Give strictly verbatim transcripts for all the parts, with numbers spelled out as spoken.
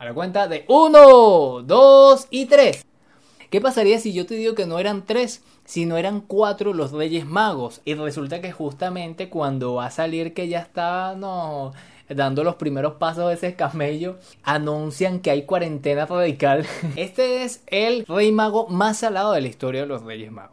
la cuenta de uno, dos y tres. ¿Qué pasaría si yo te digo que no eran tres, sino eran cuatro los Reyes Magos? Y resulta que justamente cuando va a salir que ya está no, dando los primeros pasos de ese camello, anuncian que hay cuarentena radical. Este es el Rey Mago más salado de la historia de los Reyes Magos.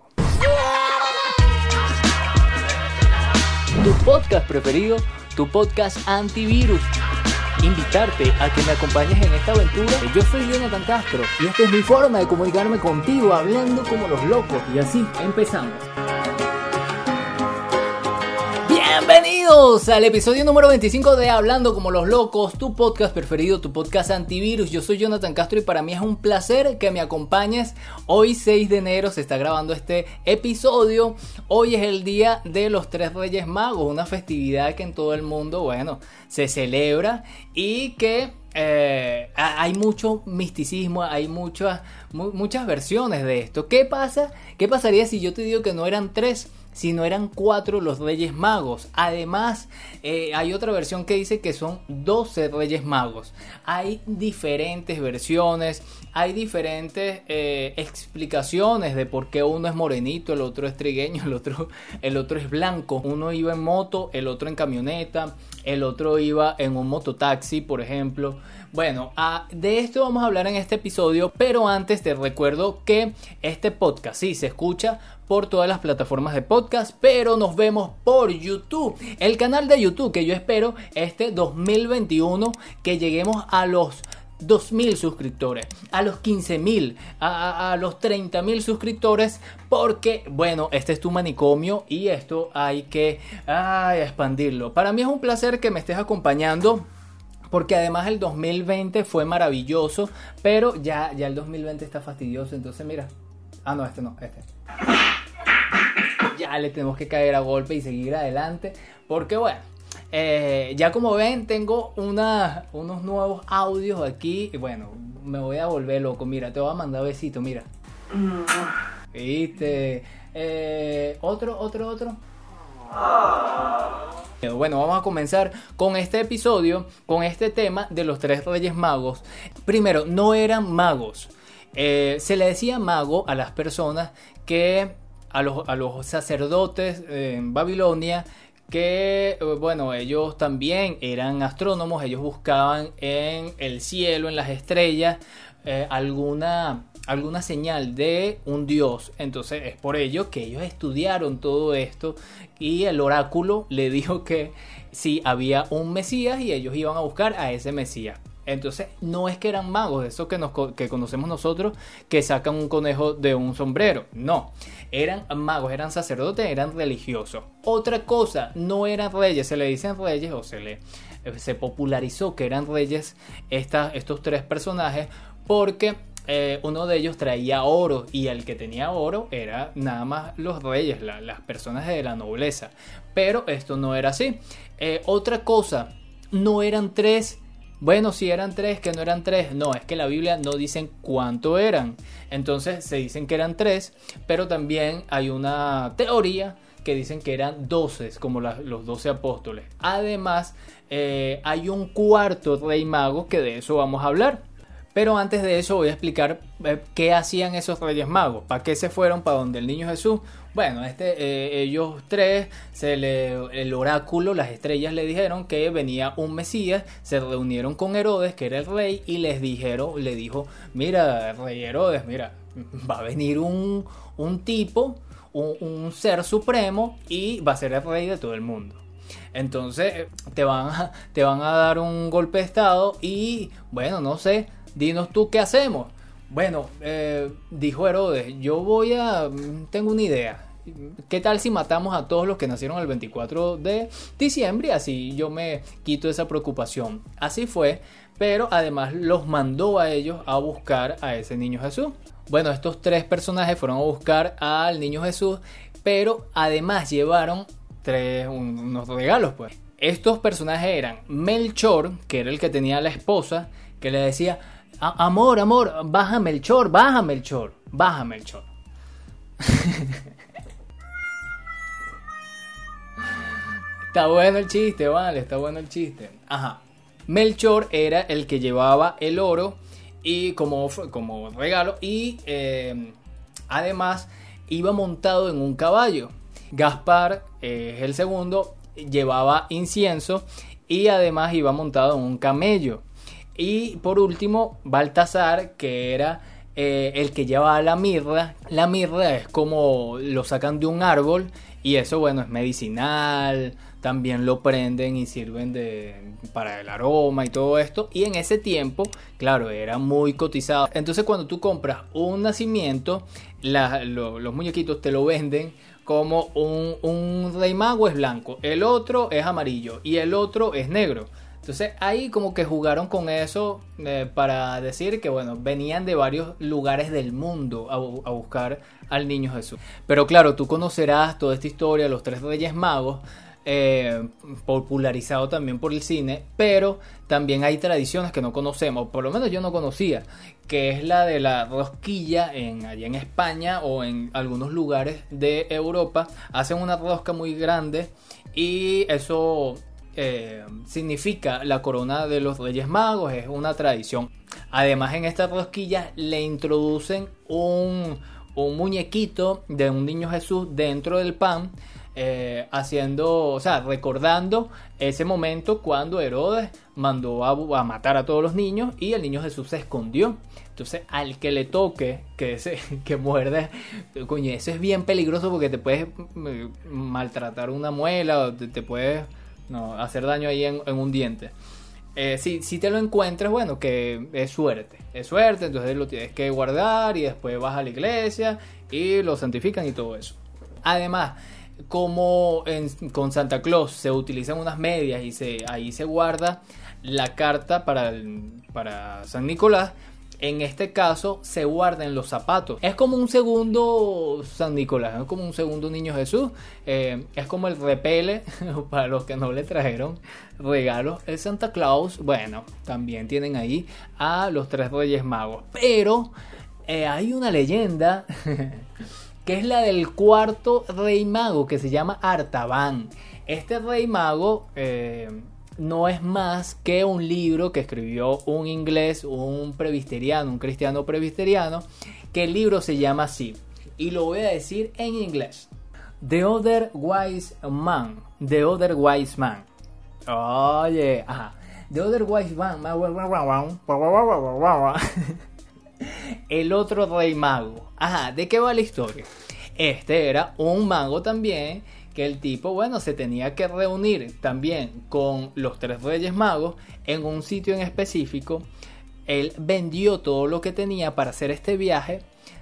Tu podcast preferido, tu podcast antivirus. Invitarte a que me acompañes en esta aventura. Yo soy Jonathan Castro y esta es mi forma de comunicarme contigo, hablando como los locos. Y así empezamos. Bienvenidos al episodio número veinticinco de Hablando como los locos, tu podcast preferido, tu podcast antivirus. Yo soy Jonathan Castro y para mí es un placer que me acompañes. Hoy seis de enero se está grabando este episodio. Hoy es el día de los tres Reyes Magos, una festividad que en todo el mundo, bueno, se celebra y que eh, hay mucho misticismo, hay muchas, mu- muchas versiones de esto. ¿Qué pasa? ¿Qué pasaría si yo te digo que no eran tres, sino eran cuatro los Reyes Magos? Además, eh, hay otra versión que dice que son doce Reyes Magos. Hay diferentes versiones, hay diferentes eh, explicaciones de por qué uno es morenito, el otro es trigueño, el otro, el otro es blanco. Uno iba en moto, el otro en camioneta, el otro iba en un mototaxi, por ejemplo. Bueno, ah, de esto vamos a hablar en este episodio, pero antes te recuerdo que este podcast sí se escucha por todas las plataformas de podcast, pero nos vemos por YouTube, el canal de YouTube que yo espero este dos mil veintiuno que lleguemos a los dos mil suscriptores, a los quince mil, a, a, a los treinta mil suscriptores, porque bueno, este es tu manicomio y esto hay que ay, expandirlo. Para mí es un placer que me estés acompañando, porque además el dos mil veinte fue maravilloso, pero ya, ya el dos mil veinte está fastidioso, entonces mira, ah no, este no, este ya le tenemos que caer a golpe y seguir adelante, porque bueno, eh, ya como ven tengo una, unos nuevos audios aquí y bueno, me voy a volver loco. Mira, te voy a mandar besito, mira, viste, eh, otro, otro, otro. Bueno, vamos a comenzar con este episodio, con este tema de los tres Reyes Magos. Primero, no eran magos, eh, se le decía mago a las personas que A los, a los sacerdotes en Babilonia, que bueno, ellos también eran astrónomos, ellos buscaban en el cielo, en las estrellas, eh, alguna, alguna señal de un dios. Entonces es por ello que ellos estudiaron todo esto y el oráculo le dijo que sí había un Mesías y ellos iban a buscar a ese Mesías. Entonces no es que eran magos, eso que, nos, que conocemos nosotros, que sacan un conejo de un sombrero. No, eran magos, eran sacerdotes, eran religiosos. Otra cosa, no eran reyes, se le dicen reyes o se le se popularizó que eran reyes esta, estos tres personajes porque eh, uno de ellos traía oro y el que tenía oro era nada más los reyes, la, las personas de la nobleza. Pero esto no era así. Eh, otra cosa, no eran tres. Bueno, si eran tres, que no eran tres. No, es que la Biblia no dicen cuánto eran. Entonces se dicen que eran tres, pero también hay una teoría que dicen que eran doce, como la, los doce apóstoles. Además, eh, hay un cuarto rey mago, que de eso vamos a hablar. Pero antes de eso voy a explicar eh, qué hacían esos Reyes Magos. ¿Para qué se fueron? ¿Para donde el niño Jesús? Bueno, este, eh, ellos tres, se le, el oráculo, las estrellas le dijeron que venía un Mesías. Se reunieron con Herodes, que era el rey, y les dijeron, le dijo, mira, rey Herodes, mira, va a venir un, un tipo, un, un ser supremo, y va a ser el rey de todo el mundo. Entonces te van a, te van a dar un golpe de estado y, bueno, no sé, dinos tú qué hacemos. Bueno, eh, dijo Herodes, yo voy a... tengo una idea. ¿Qué tal si matamos a todos los que nacieron el veinticuatro de diciembre? Así yo me quito esa preocupación. Así fue, pero además los mandó a ellos a buscar a ese niño Jesús. Bueno, estos tres personajes fueron a buscar al niño Jesús, pero además llevaron tres, un, unos regalos, pues. Estos personajes eran Melchor, que era el que tenía a la esposa, que le decía, amor, amor, baja Melchor, baja Melchor, baja Melchor. Está bueno el chiste, vale, está bueno el chiste. Ajá. Melchor era el que llevaba el oro y como, como regalo y eh, además iba montado en un caballo. Gaspar eh, es el segundo, llevaba incienso y además iba montado en un camello. Y por último, Baltasar, que era eh, el que llevaba la mirra. La mirra es como lo sacan de un árbol y eso, bueno, es medicinal. También lo prenden y sirven de, para el aroma y todo esto. Y en ese tiempo, claro, era muy cotizado. Entonces cuando tú compras un nacimiento, la, lo, los muñequitos te lo venden como un, un rey mago es blanco, el otro es amarillo y el otro es negro. Entonces ahí como que jugaron con eso eh, para decir que bueno, venían de varios lugares del mundo a, a buscar al niño Jesús. Pero claro, tú conocerás toda esta historia, los tres reyes magos, eh, popularizado también por el cine, pero también hay tradiciones que no conocemos, por lo menos yo no conocía, que es la de la rosquilla en, allá en España o en algunos lugares de Europa. Hacen una rosca muy grande y eso... Eh, significa la corona de los Reyes Magos, es una tradición. Además en esta rosquilla le introducen un, un muñequito de un niño Jesús dentro del pan, eh, haciendo, o sea, recordando ese momento cuando Herodes mandó a, a matar a todos los niños y el niño Jesús se escondió. Entonces al que le toque, que ese que muerde, coño, eso es bien peligroso porque te puedes eh, maltratar una muela o te, te puedes no, hacer daño ahí en, en un diente. Eh, si, si te lo encuentras, bueno, que es suerte, es suerte, entonces lo tienes que guardar y después vas a la iglesia y lo santifican y todo eso. Además, como en, con Santa Claus se utilizan unas medias y se, ahí se guarda la carta para, el, para San Nicolás, en este caso se guarda en los zapatos. Es como un segundo San Nicolás, es como un segundo Niño Jesús. Eh, es como el repele para los que no le trajeron regalos. El Santa Claus, bueno, también tienen ahí a los tres Reyes Magos. Pero eh, hay una leyenda que es la del cuarto Rey Mago, que se llama Artaban. Este Rey Mago... Eh, no es más que un libro que escribió un inglés, un presbiteriano, un cristiano presbiteriano, que el libro se llama así, y lo voy a decir en inglés. The Other Wise Man. The Other Wise Man. Oye, ajá. The Other Wise Man. El otro rey mago. Ajá, ¿de qué va la historia? Este era un mago también, que el tipo, bueno, se tenía que reunir también con los tres Reyes Magos en un sitio en específico. Él vendió todo lo que tenía para hacer este viaje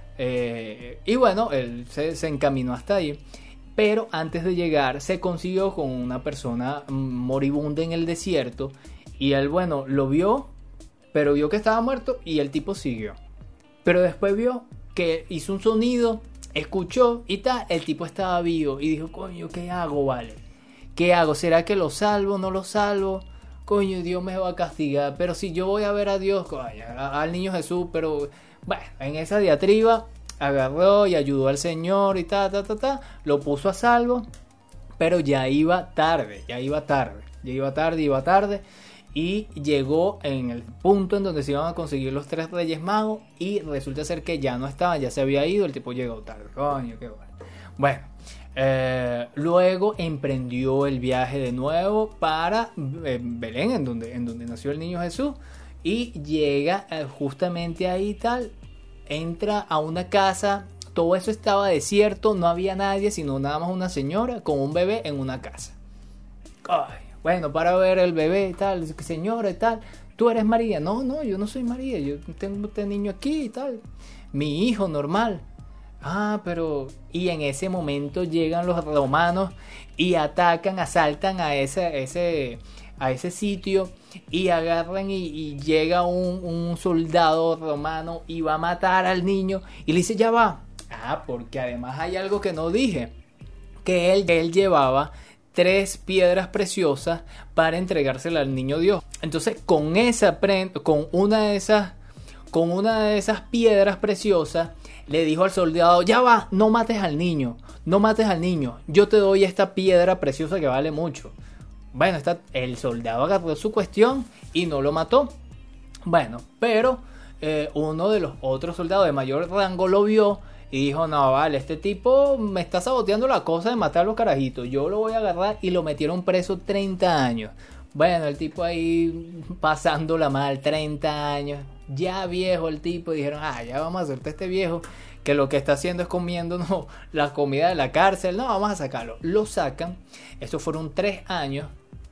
eh, y bueno, él se, se encaminó hasta ahí. Pero antes de llegar se consiguió con una persona moribunda en el desierto y él, bueno, lo vio, pero vio que estaba muerto y el tipo siguió. Pero después vio que hizo un sonido, escuchó y tal, el tipo estaba vivo y dijo, coño, ¿qué hago, vale? ¿Qué hago? ¿Será que lo salvo? ¿No lo salvo? Coño, Dios me va a castigar, pero si yo voy a ver a Dios, coño, al niño Jesús, pero bueno, en esa diatriba agarró y ayudó al Señor y ta, ta, ta, ta, lo puso a salvo, pero ya iba tarde, ya iba tarde, ya iba tarde, iba tarde. Y llegó en el punto en donde se iban a conseguir los tres Reyes Magos y resulta ser que ya no estaban, ya se había ido, el tipo llegó tarde. Coño, qué bueno. Bueno, eh, luego emprendió el viaje de nuevo para eh, Belén, en donde, en donde nació el niño Jesús. Y llega eh, justamente ahí tal, entra a una casa, todo eso estaba desierto, no había nadie, sino nada más una señora con un bebé en una casa. Ay. Bueno, para ver el bebé y tal, señora y tal, ¿tú eres María? No, no, yo no soy María, yo tengo este niño aquí y tal, mi hijo normal. Ah, pero... Y en ese momento llegan los romanos y atacan, asaltan a ese, ese, a ese sitio y agarran y, y llega un, un soldado romano y va a matar al niño y le dice, ya va. Ah, porque además hay algo que no dije, que él, él llevaba tres piedras preciosas para entregársela al niño Dios. Entonces, con esa con una de esas con una de esas piedras preciosas le dijo al soldado, ya va, no mates al niño, no mates al niño, yo te doy esta piedra preciosa que vale mucho. Bueno, está, el soldado agarró su cuestión y no lo mató. Bueno, pero eh, uno de los otros soldados de mayor rango lo vio y dijo, no, vale, este tipo me está saboteando la cosa de matar a los carajitos. Yo lo voy a agarrar, y lo metieron preso treinta años. Bueno, el tipo ahí pasándola mal, treinta años. Ya viejo el tipo, y dijeron, ah, ya vamos a hacerte este viejo que lo que está haciendo es comiendo no, la comida de la cárcel. No, vamos a sacarlo. Lo sacan. Estos fueron tres años.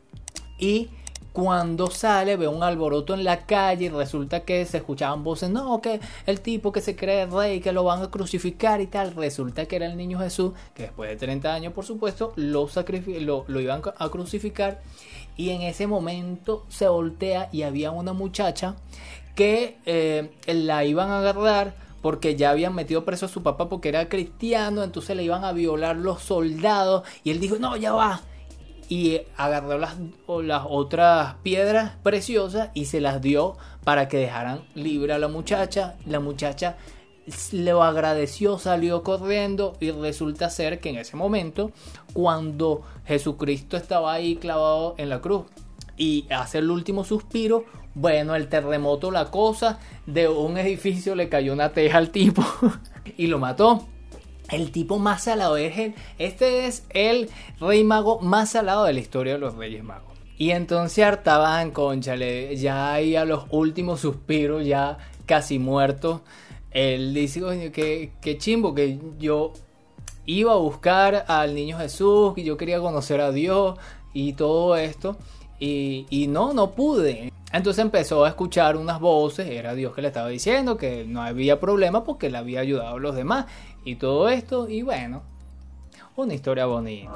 Y cuando sale ve un alboroto en la calle y resulta que se escuchaban voces, no, que el tipo que se cree rey, que lo van a crucificar y tal. Resulta que era el niño Jesús, que después de treinta años, por supuesto, lo, sacrific- lo, lo iban a crucificar. Y en ese momento se voltea y había una muchacha que eh, la iban a agarrar porque ya habían metido preso a su papá porque era cristiano, entonces le iban a violar los soldados. Y él dijo, no, ya va. Y agarró las, las otras piedras preciosas y se las dio para que dejaran libre a la muchacha. La muchacha lo agradeció, salió corriendo, y resulta ser que en ese momento, cuando Jesucristo estaba ahí clavado en la cruz y hace el último suspiro, bueno, el terremoto, la cosa, de un edificio le cayó una teja al tipo y lo mató. El tipo más salado es el, este es el rey mago más salado de la historia de los Reyes Magos. Y entonces Artaban, cónchale, ya ahí a los últimos suspiros, ya casi muerto, él dice, coño, que, que chimbo, que yo iba a buscar al niño Jesús, que yo quería conocer a Dios y todo esto, y, y no, no pude. Entonces empezó a escuchar unas voces, era Dios que le estaba diciendo que no había problema porque le había ayudado a los demás y todo esto, y bueno, una historia bonita.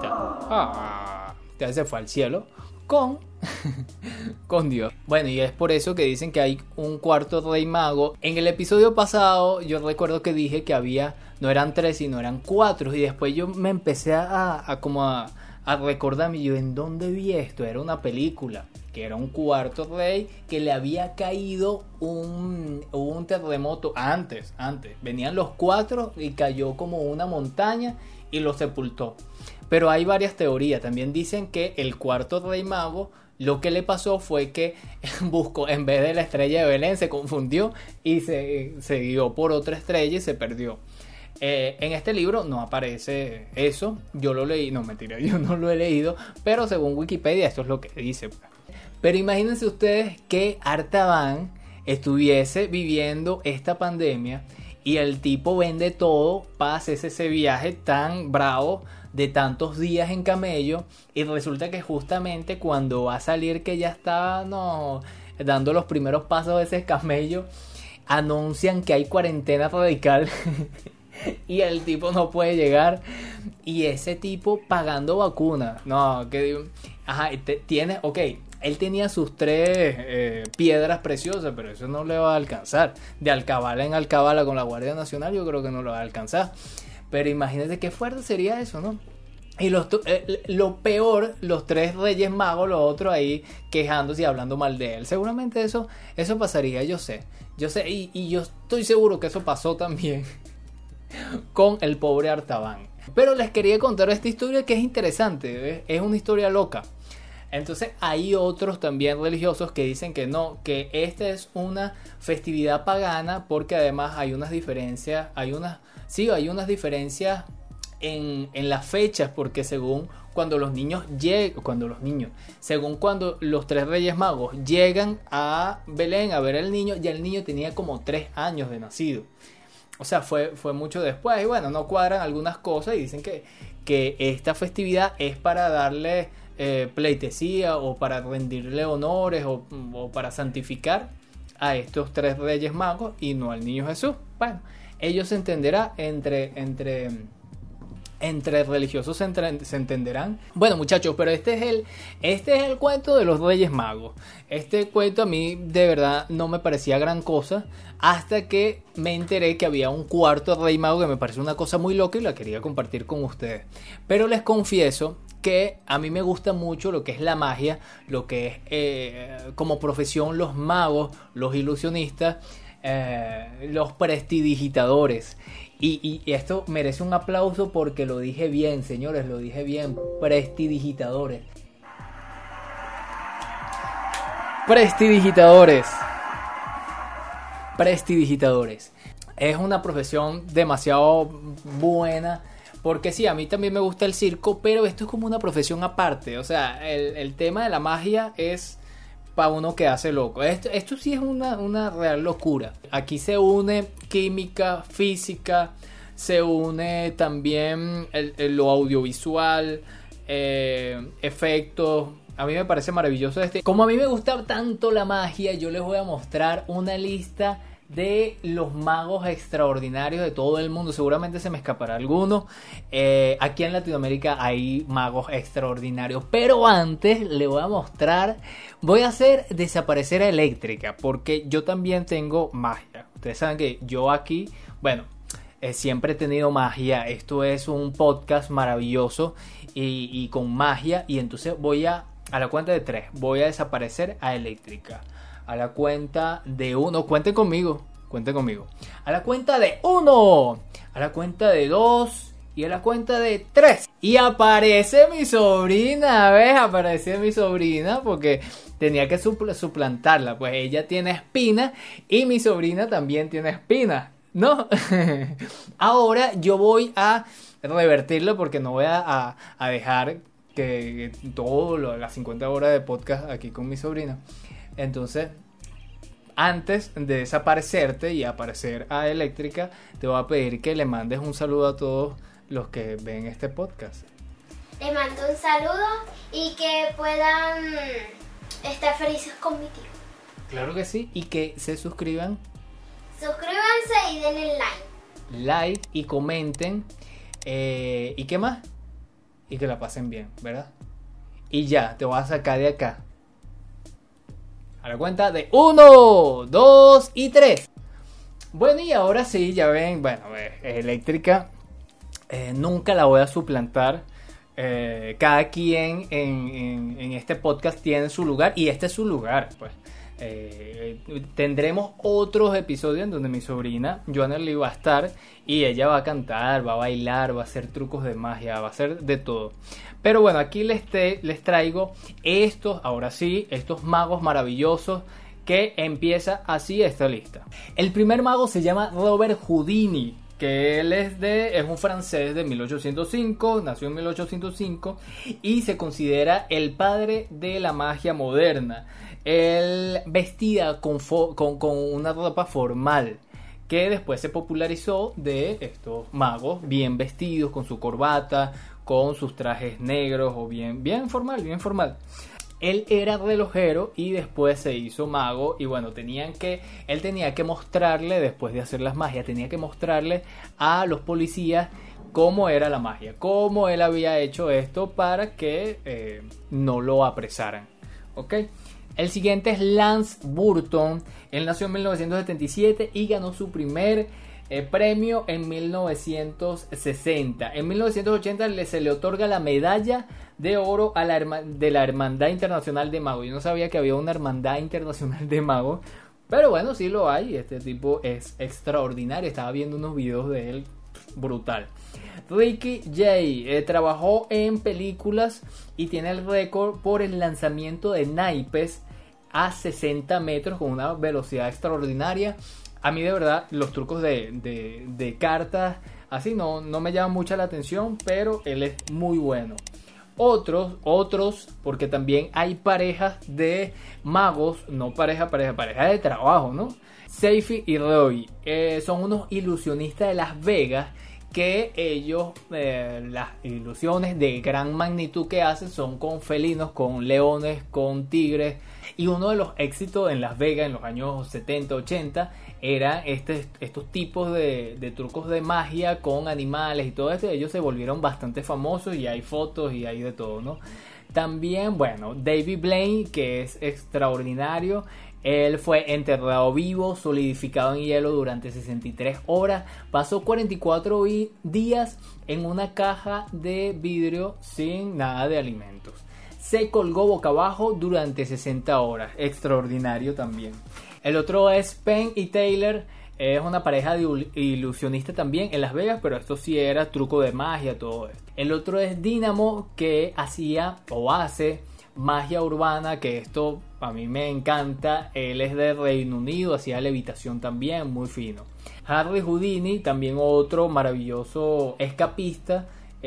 Ah, ya se fue al cielo con, con Dios. Bueno, y es por eso que dicen que hay un cuarto rey mago. En el episodio pasado yo recuerdo que dije que había, no eran tres sino eran cuatro, y después yo me empecé a, a como a, a recordarme, yo, ¿en dónde vi esto? Era una película, que era un cuarto rey que le había caído un, un terremoto antes, antes. Venían los cuatro y cayó como una montaña y lo sepultó. Pero hay varias teorías. También dicen que el cuarto rey mago, lo que le pasó fue que buscó, en vez de la estrella de Belén, se confundió y se, se guió por otra estrella y se perdió. Eh, en este libro no aparece eso. Yo lo leí, no mentira, yo no lo he leído, pero según Wikipedia esto es lo que dice. Pero imagínense ustedes que Artaban estuviese viviendo esta pandemia y el tipo vende todo para hacerse ese viaje tan bravo de tantos días en camello, y resulta que justamente cuando va a salir, que ya está no, dando los primeros pasos de ese camello, anuncian que hay cuarentena radical y el tipo no puede llegar, y ese tipo pagando vacuna. No, que ajá, te, tiene, ok, él tenía sus tres eh, piedras preciosas, pero eso no le va a alcanzar. De alcabala en alcabala con la Guardia Nacional, yo creo que no lo va a alcanzar. Pero imagínate qué fuerte sería eso, ¿no? Y los, eh, lo peor, los tres reyes magos, los otros ahí quejándose y hablando mal de él. Seguramente eso, eso pasaría, yo sé. Yo sé, y, y yo estoy seguro que eso pasó también con el pobre Artaban. Pero les quería contar esta historia que es interesante, ¿eh? Es una historia loca. Entonces hay otros también religiosos que dicen que no, que esta es una festividad pagana, porque además hay unas diferencias, hay unas, sí, hay unas diferencias en, en las fechas, porque según cuando los niños llegan, cuando los niños, según cuando los tres reyes magos llegan a Belén a ver al niño, ya el niño tenía como tres años de nacido. O sea, fue, fue mucho después, y bueno, no cuadran algunas cosas y dicen que, que esta festividad es para darle eh, pleitesía o para rendirle honores o, o para santificar a estos tres reyes magos y no al niño Jesús. Bueno, ellos se entenderán entre... entre entre religiosos se, entre, se entenderán. Bueno, muchachos, pero este es el este es el cuento de los Reyes Magos. Este cuento a mí de verdad no me parecía gran cosa, hasta que me enteré que había un cuarto Rey Mago que me pareció una cosa muy loca y la quería compartir con ustedes. Pero les confieso que a mí me gusta mucho lo que es la magia, lo que es eh, como profesión los magos, los ilusionistas, eh, los prestidigitadores. Y, y, y esto merece un aplauso porque lo dije bien, señores, lo dije bien, prestidigitadores. Prestidigitadores. Prestidigitadores. Es una profesión demasiado buena. Porque sí, a mí también me gusta el circo, pero esto es como una profesión aparte. O sea, el, el tema de la magia es para uno que hace loco. Esto, esto sí es una, una real locura. Aquí se une química, física, se une también el, el, lo audiovisual, eh, efectos. A mí me parece maravilloso este. Como a mí me gusta tanto la magia, yo les voy a mostrar una lista de los magos extraordinarios de todo el mundo. Seguramente se me escapará alguno. Eh, aquí en Latinoamérica hay magos extraordinarios. Pero antes le voy a mostrar. Voy a hacer desaparecer a Eléctrica. Porque yo también tengo magia. Ustedes saben que yo aquí, bueno, eh, siempre he tenido magia. Esto es un podcast maravilloso y, y con magia. Y entonces voy a, a la cuenta de tres, voy a desaparecer a Eléctrica. A la cuenta de uno. Cuenten conmigo. Cuenten conmigo. A la cuenta de uno. A la cuenta de dos. Y a la cuenta de tres. Y aparece mi sobrina. ¿Ves? Aparece mi sobrina. Porque tenía que supl- suplantarla. Pues ella tiene espinas. Y mi sobrina también tiene espinas. ¿No? Ahora yo voy a revertirlo. Porque no voy a, a, a dejar que, que todo lo, las cincuenta horas de podcast aquí con mi sobrina. Entonces, antes de desaparecerte y aparecer a Eléctrica, te voy a pedir que le mandes un saludo a todos los que ven este podcast. Les mando un saludo y que puedan estar felices con mi tío. Claro que sí, y que se suscriban. Suscríbanse y denle like. Like y comenten. Eh, ¿Y qué más? Y que la pasen bien, ¿verdad? Y ya, te voy a sacar de acá. A la cuenta de uno, dos y tres. Bueno, y ahora sí, ya ven, bueno, Eléctrica, eh, nunca la voy a suplantar. Eh, cada quien en, en, en este podcast tiene su lugar y este es su lugar, pues. Eh, tendremos otros episodios en donde mi sobrina Joana Lee va a estar y ella va a cantar, va a bailar, va a hacer trucos de magia, va a hacer de todo. Pero bueno, aquí les, te, les traigo estos, ahora sí, estos magos maravillosos que empieza así esta lista. El primer mago se llama Robert Houdini, que él es, de, es un francés de mil ochocientos cinco, nació en mil ochocientos cinco y se considera el padre de la magia moderna. Él vestía con, fo, con, con una ropa formal que después se popularizó de estos magos bien vestidos, con su corbata, con sus trajes negros o bien, bien formal, bien formal. Él era relojero y después se hizo mago y bueno, tenían que, él tenía que mostrarle, después de hacer las magias, tenía que mostrarle a los policías cómo era la magia, cómo él había hecho esto para que eh, no lo apresaran. ¿Ok? El siguiente es Lance Burton. Él nació en mil novecientos setenta y siete y ganó su primer eh, premio en mil novecientos sesenta. En mil novecientos ochenta le, se le otorga la medalla de oro a la herma, de la Hermandad Internacional de Magos. Yo no sabía que había una Hermandad Internacional de Magos, pero bueno, sí lo hay. Este tipo es extraordinario. Estaba viendo unos videos de él, brutal. Ricky Jay eh, trabajó en películas y tiene el récord por el lanzamiento de naipes a sesenta metros con una velocidad extraordinaria. A mí de verdad los trucos de, de, de cartas así no, no me llaman mucha la atención, pero él es muy bueno. Otros, otros, porque también hay parejas de magos, no pareja, pareja, pareja de trabajo, ¿no? Seifi y Roy eh, son unos ilusionistas de Las Vegas que ellos, eh, las ilusiones de gran magnitud que hacen son con felinos, con leones, con tigres. Y uno de los éxitos en Las Vegas en los años setenta, ochenta era este, estos tipos de, de trucos de magia con animales y todo esto. Ellos se volvieron bastante famosos y hay fotos y hay de todo, ¿no? También, bueno, David Blaine, que es extraordinario. Él fue enterrado vivo, solidificado en hielo durante sesenta y tres horas. Pasó cuarenta y cuatro días en una caja de vidrio sin nada de alimentos. Se colgó boca abajo durante sesenta horas. Extraordinario también. El otro es Penn y Taylor. Es una pareja de ilusionistas también en Las Vegas, pero esto sí era truco de magia, todo esto. El otro es Dynamo, que hacía o hace magia urbana, que esto a mí me encanta. Él es de Reino Unido, hacía levitación también, muy fino. Harry Houdini, también otro maravilloso escapista.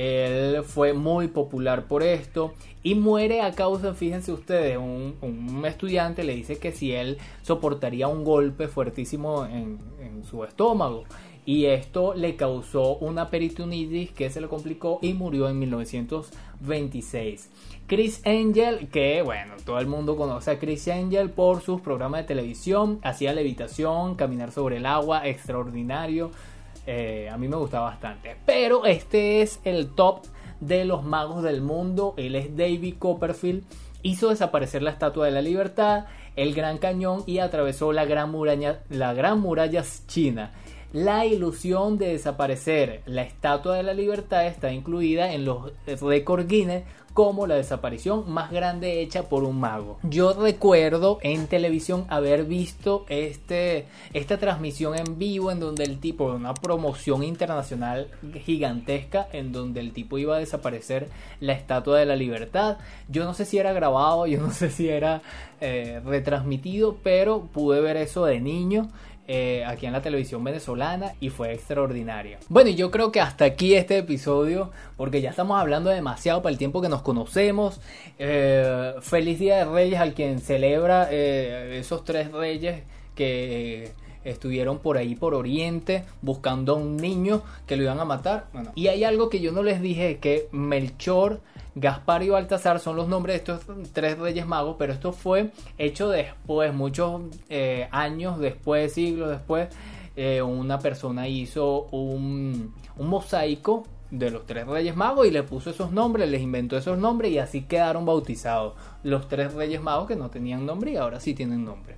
Él fue muy popular por esto y muere a causa, fíjense ustedes, un, un estudiante le dice que si él soportaría un golpe fuertísimo en, en su estómago, y esto le causó una peritonitis que se le complicó y murió en mil novecientos veintiséis. Criss Angel, que bueno, todo el mundo conoce a Criss Angel por sus programas de televisión, hacía levitación, caminar sobre el agua, extraordinario. Eh, a mí me gusta bastante. Pero este es el top de los magos del mundo. Él es David Copperfield. Hizo desaparecer la Estatua de la Libertad, el Gran Cañón y atravesó la Gran Muralla, la Gran Muralla China. La ilusión de desaparecer la Estatua de la Libertad está incluida en los récords Guinness como la desaparición más grande hecha por un mago. Yo recuerdo en televisión haber visto este, esta transmisión en vivo en donde el tipo, una promoción internacional gigantesca, en donde el tipo iba a desaparecer la Estatua de la Libertad. Yo no sé si era grabado, yo no sé si era eh, retransmitido, pero pude ver eso de niño. Eh, aquí en la televisión venezolana y fue extraordinaria. Bueno, y yo creo que hasta aquí este episodio, porque ya estamos hablando demasiado para el tiempo que nos conocemos. Eh, feliz Día de Reyes al quien celebra eh, esos tres reyes que eh, estuvieron por ahí por Oriente buscando a un niño que lo iban a matar. Bueno, y hay algo que yo no les dije, que Melchor, Gaspar y Baltasar son los nombres de estos tres reyes magos, pero esto fue hecho después, muchos eh, años después, siglos después. Eh, una persona hizo un, un mosaico de los tres reyes magos y le puso esos nombres, les inventó esos nombres y así quedaron bautizados los tres reyes magos que no tenían nombre y ahora sí tienen nombre.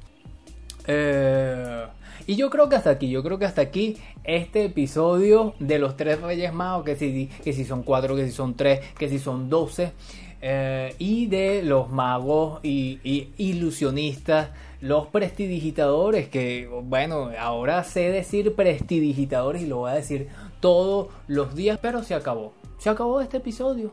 Eh, y yo creo que hasta aquí, yo creo que hasta aquí este episodio de los tres reyes magos, que si, que si son cuatro, que si son tres, que si son doce, eh, y de los magos y, y ilusionistas, los prestidigitadores, que bueno, ahora sé decir prestidigitadores y lo voy a decir todos los días, pero se acabó, se acabó este episodio.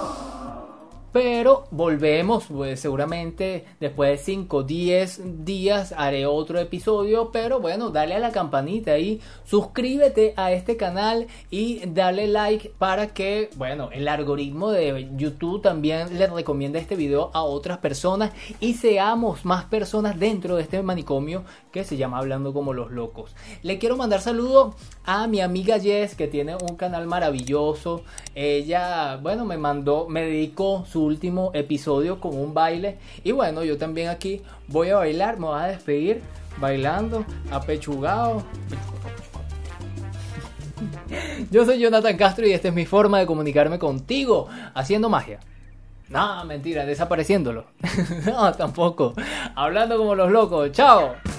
Pero volvemos, pues, seguramente después de cinco, diez días haré otro episodio. Pero bueno, dale a la campanita y suscríbete a este canal y dale like para que, bueno, el algoritmo de YouTube también le recomiende este video a otras personas y seamos más personas dentro de este manicomio que se llama Hablando como los Locos. Le quiero mandar saludos a mi amiga Jess, que tiene un canal maravilloso. Ella, bueno, me mandó, me dedicó su último episodio con un baile y bueno, yo también aquí voy a bailar, me voy a despedir bailando apechugado. Yo soy Jonathan Castro y esta es mi forma de comunicarme contigo, haciendo magia. No, mentira, desapareciéndolo. No, tampoco. Hablando como los locos. Chao.